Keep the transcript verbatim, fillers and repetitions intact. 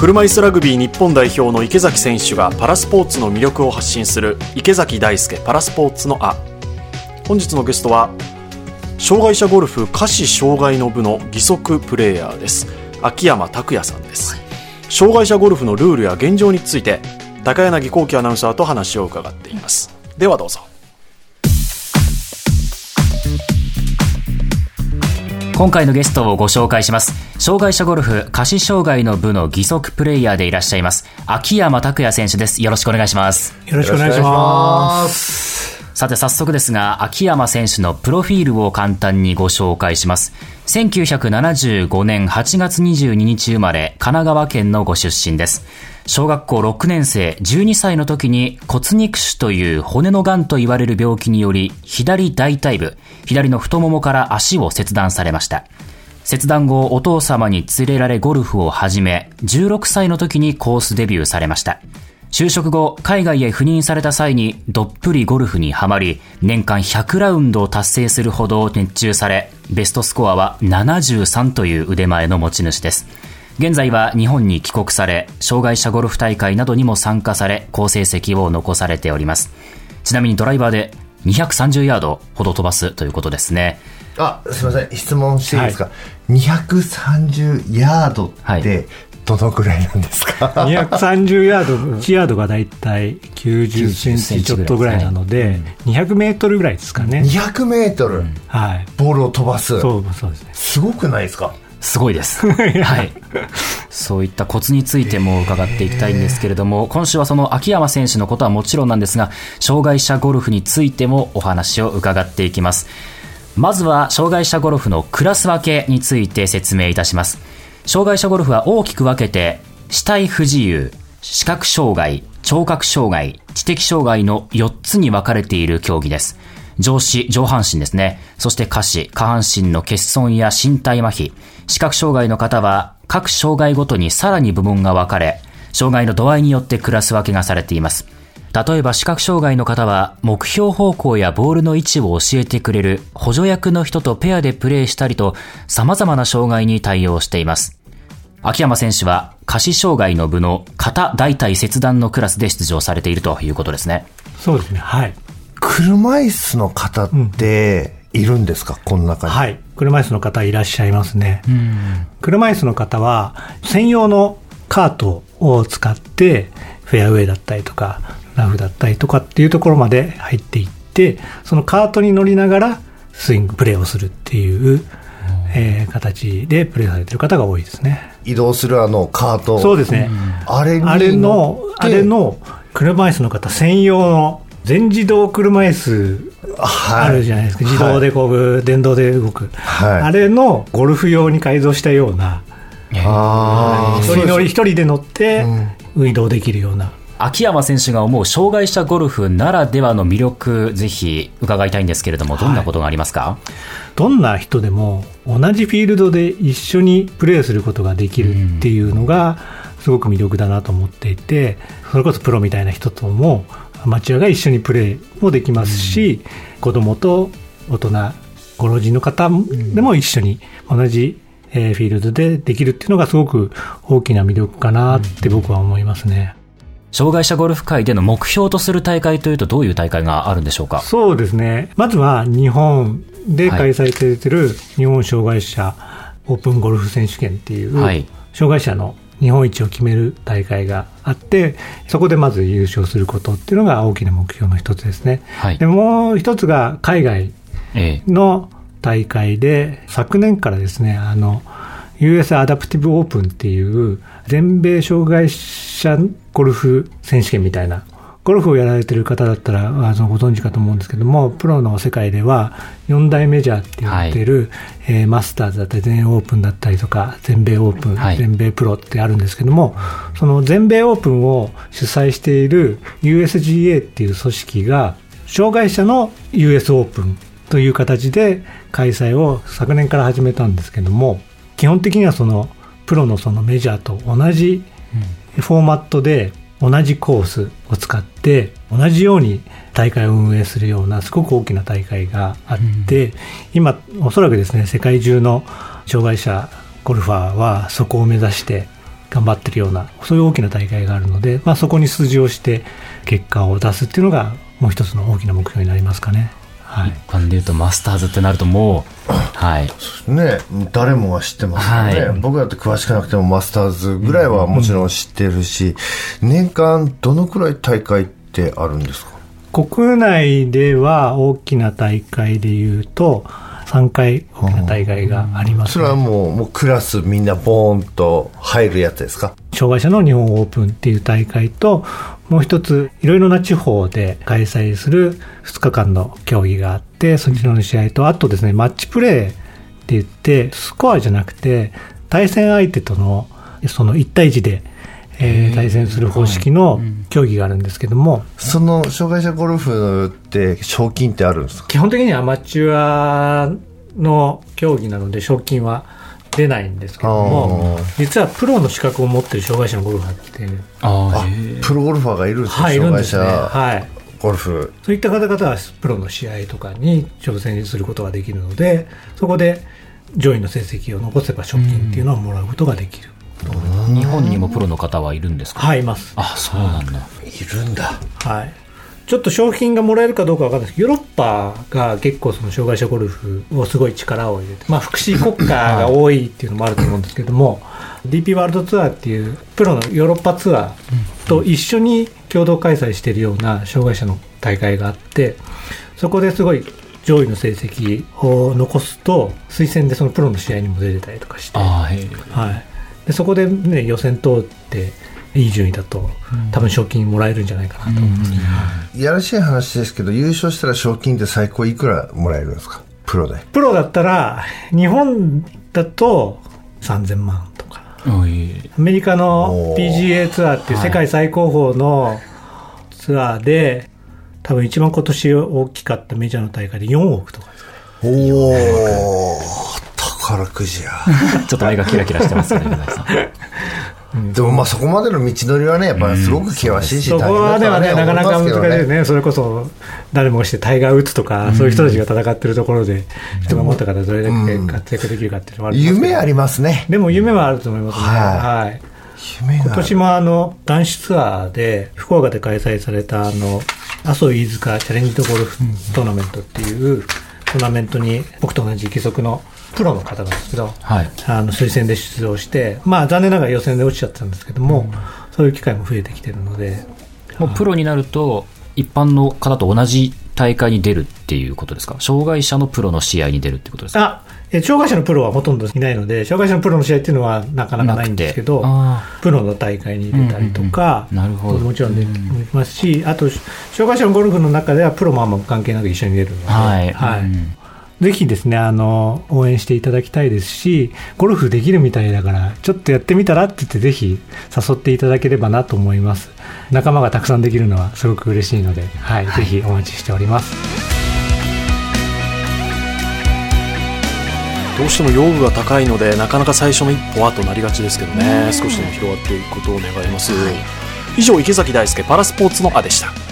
車椅子ラグビー日本代表の池崎選手がパラスポーツの魅力を発信する池崎大輔パラスポーツのあ。本日のゲストは障害者ゴルフ下肢障害の部の義足プレーヤーです。秋山拓也さんです、はい、障害者ゴルフのルールや現状について高柳光希アナウンサーと話を伺っています。ではどうぞ。 今回のゲストをご紹介します。障害者ゴルフ下肢障害の部の義足プレイヤーでいらっしゃいます秋山拓也選手です。よろしくお願いします。 よろしくお願いします。 さて早速ですが、秋山選手のプロフィールを簡単にご紹介します。せんきゅうひゃくななじゅうごねんはちがつにじゅうににち生まれ、神奈川県のご出身です。小学校ろくねんせい、じゅうにさいの時に骨肉腫という骨のがんと言われる病気により、左大腿部、左の太ももから足を切断されました。切断後、お父様に連れられゴルフを始め、じゅうろくさいの時にコースデビューされました。就職後、海外へ赴任された際にどっぷりゴルフにはまり、年間ひゃくラウンドを達成するほど熱中され、ベストスコアはななじゅうさんという腕前の持ち主です。現在は日本に帰国され、障害者ゴルフ大会などにも参加され、好成績を残されております。ちなみにドライバーでにひゃくさんじゅうヤードほど飛ばすということですね。 あ、すみません、質問していいですか、はい、にひゃくさんじゅうヤードってどのくらいなんですか？ にひゃくさんじゅうヤード、いちヤードがだいたいきゅうじゅっセンチちょっとぐらいなので、はい、にひゃくメートルぐらいですかね。 にひゃくメートル、うん、はい、ボールを飛ばす。 そうそうですね。 すごくないですか？ すごいです、はい、そういったコツについても伺っていきたいんですけれども、今週はその秋山選手のことはもちろんなんですが、障害者ゴルフについてもお話を伺っていきます。まずは障害者ゴルフのクラス分けについて説明いたします。障害者ゴルフは大きく分けて、視体不自由、視覚障害、聴覚障害、知的障害のよっつに分かれている競技です。上肢、上半身ですね。そして下肢、下半身の欠損や身体麻痺。視覚障害の方は各障害ごとにさらに部門が分かれ、障害の度合いによってクラス分けがされています。例えば視覚障害の方は目標方向やボールの位置を教えてくれる補助役の人とペアでプレーしたりと、様々な障害に対応しています。秋山選手は下肢障害の部の肩大腿切断のクラスで出場されているということですね。 そうですね、はい。 車椅子の方っているんですか、うん、この中に？はい、 車椅子の方いらっしゃいますね。うん、車椅子の方は専用のカートを使ってフェアウェイだったりとかラフだったりとかっていうところまで入っていって、そのカートに乗りながらスイングプレーをするっていう、うん、えー、形でプレーされている方が多いですね。 移動するあのカート。 そうですね、うん、あれにあれのあれの車椅子の方専用の全自動車椅子あるじゃないですか、はい、自動でこう、はい、電動で動く、はい、あれのゴルフ用に改造したような、あ一人乗り一人で乗って移動できるような、うん、 秋山選手が思う障害者ゴルフならではの魅力、ぜひ伺いたいんですけれども、どんなことがありますか？はい、 どんな人でも同じフィールドで一緒にプレーすることができるっていうのがすごく魅力だなと思っていて、それこそプロみたいな人ともアマチュアが一緒にプレーもできますし、うん、子供と大人、ご老人の方でも一緒に同じフィールドでできるっていうのがすごく大きな魅力かなって僕は思いますね。 障害者ゴルフ界での目標とする大会というとどういう大会があるんでしょうか？ そうですね、まずは日本で開催されている日本障害者オープンゴルフ選手権っていう、はい、障害者の日本一を決める大会があって、そこでまず優勝することっていうのが大きな目標の一つですね。はい、でもう一つが海外の大会で、ええ、昨年からですね、あの ユーエス アダプティブオープンっていう全米障害者ゴルフ選手権みたいな、ゴルフをやられている方だったらあのご存知かと思うんですけども、プロの世界ではよん大メジャーって言われている、はい、えー、マスターズだったり全英オープンだったりとか全米オープン、はい、全米プロってあるんですけども、その全米オープンを主催している ユーエスジーエー っていう組織が障害者の ユーエス オープンという形で開催を昨年から始めたんですけども、基本的にはそのプロのそのメジャーと同じフォーマットで同じコースを使って同じように大会を運営するようなすごく大きな大会があって、うん、今おそらくですね、世界中の障害者ゴルファーはそこを目指して頑張ってるようなそういう大きな大会があるので、まあ、そこに出場して結果を出すっていうのがもう一つの大きな目標になりますかね。はい、 一般でいうとマスターズってなるともう、はいね、誰もが知ってますよね、はい、僕だって詳しくなくてもマスターズぐらいはもちろん知ってるし、うん、年間どのくらい大会ってあるんですか？ 国内では大きな大会でいうとさんかい大きな大会があります、ね、 それはもう、もうクラスみんなボーンと入るやつですか？ 障害者の日本オープンっていう大会と、もう一ついろいろな地方で開催するふつかかんの競技があって、そちらの試合と、あとですねマッチプレーって言ってスコアじゃなくて対戦相手とのそのいち対いちでえー、対戦する方式の競技があるんですけども、 その障害者ゴルフって賞金ってあるんですか？ 基本的にはアマチュアの競技なので賞金は出ないんですけども、実はプロの資格を持っている障害者のゴルファーっていうあプロゴルファーがいるんですか？ はい、 障害者、 いるんですね、はい、 ゴルフ、 そういった方々はプロの試合とかに挑戦することができるので、そこで上位の成績を残せば賞金っていうのをもらうことができる。 日本にもプロの方はいるんですか？ はい、います。 あ、そうなんだ。 いるんだ。 はい。ちょっと賞金がもらえるかどうかわかんないですけど、ヨーロッパが結構その障害者ゴルフをすごい力を入れて、まあ福祉国家が多いっていうのもあると思うんですけども、ディーピー ワールドツアーっていうプロのヨーロッパツアーと一緒に共同開催しているような障害者の大会があって、そこですごい上位の成績を残すと推薦でそのプロの試合にも出れたりとかして、 あ、へー、 はい。でそこで、ね、予選通っていい順位だと、うん、多分賞金もらえるんじゃないかなと思います、 うん、やらしい話ですけど、優勝したら賞金って最高いくらもらえるんですか？プロで。 プロだったら日本だとさんぜんまんとか、アメリカの ピージーエー ツアーっていう世界最高峰のツアーで、はい、多分一番今年大きかったメジャーの大会でよんおくとかですかね。 おー、宝くじやちょっと目がキラキラしてますよねうん、でもまあそこまでの道のりはね、やっぱりすごく険しいし、 うん、そこはね、ねなかなか難しいですね。それこそ誰もがしてタイガー・ウッズとか、うん、そういう人たちが戦ってるところで、人が持った方どれだけ活躍できるかっていうのはありますけど、 夢ありますね。 でも夢はあると思いますね。はい、はい、夢が今年もあの男子ツアーで福岡で開催されたあの阿蘇飯塚チャレンジドゴルフトーナメントっていうトーナメントに僕と同じ義足のプロの方なんですけど、はい、あの推薦で出場して、まあ、残念ながら予選で落ちちゃったんですけども、うん、そういう機会も増えてきてるので、 もうプロになると一般の方と同じ大会に出るっていうことですか？障害者のプロの試合に出るってことですか？ あ、え障害者のプロはほとんどいないので、障害者のプロの試合っていうのはなかなかないんですけど、プロの大会に出たりとか、 うんうんうん、なるほど、 もちろん出ますし、うん、あと障害者のゴルフの中ではプロもあんま関係なく一緒に出るので、はい、はい、うん、ぜひですね、あの応援していただきたいですし、ゴルフできるみたいだからちょっとやってみたらって言ってぜひ誘っていただければなと思います。仲間がたくさんできるのはすごく嬉しいので、はい、はい、ぜひお待ちしております。 どうしても用具が高いのでなかなか最初の一歩はとなりがちですけどね、少しでも広がっていくことを願います。はい、以上、池崎大輔パラスポーツのあでした。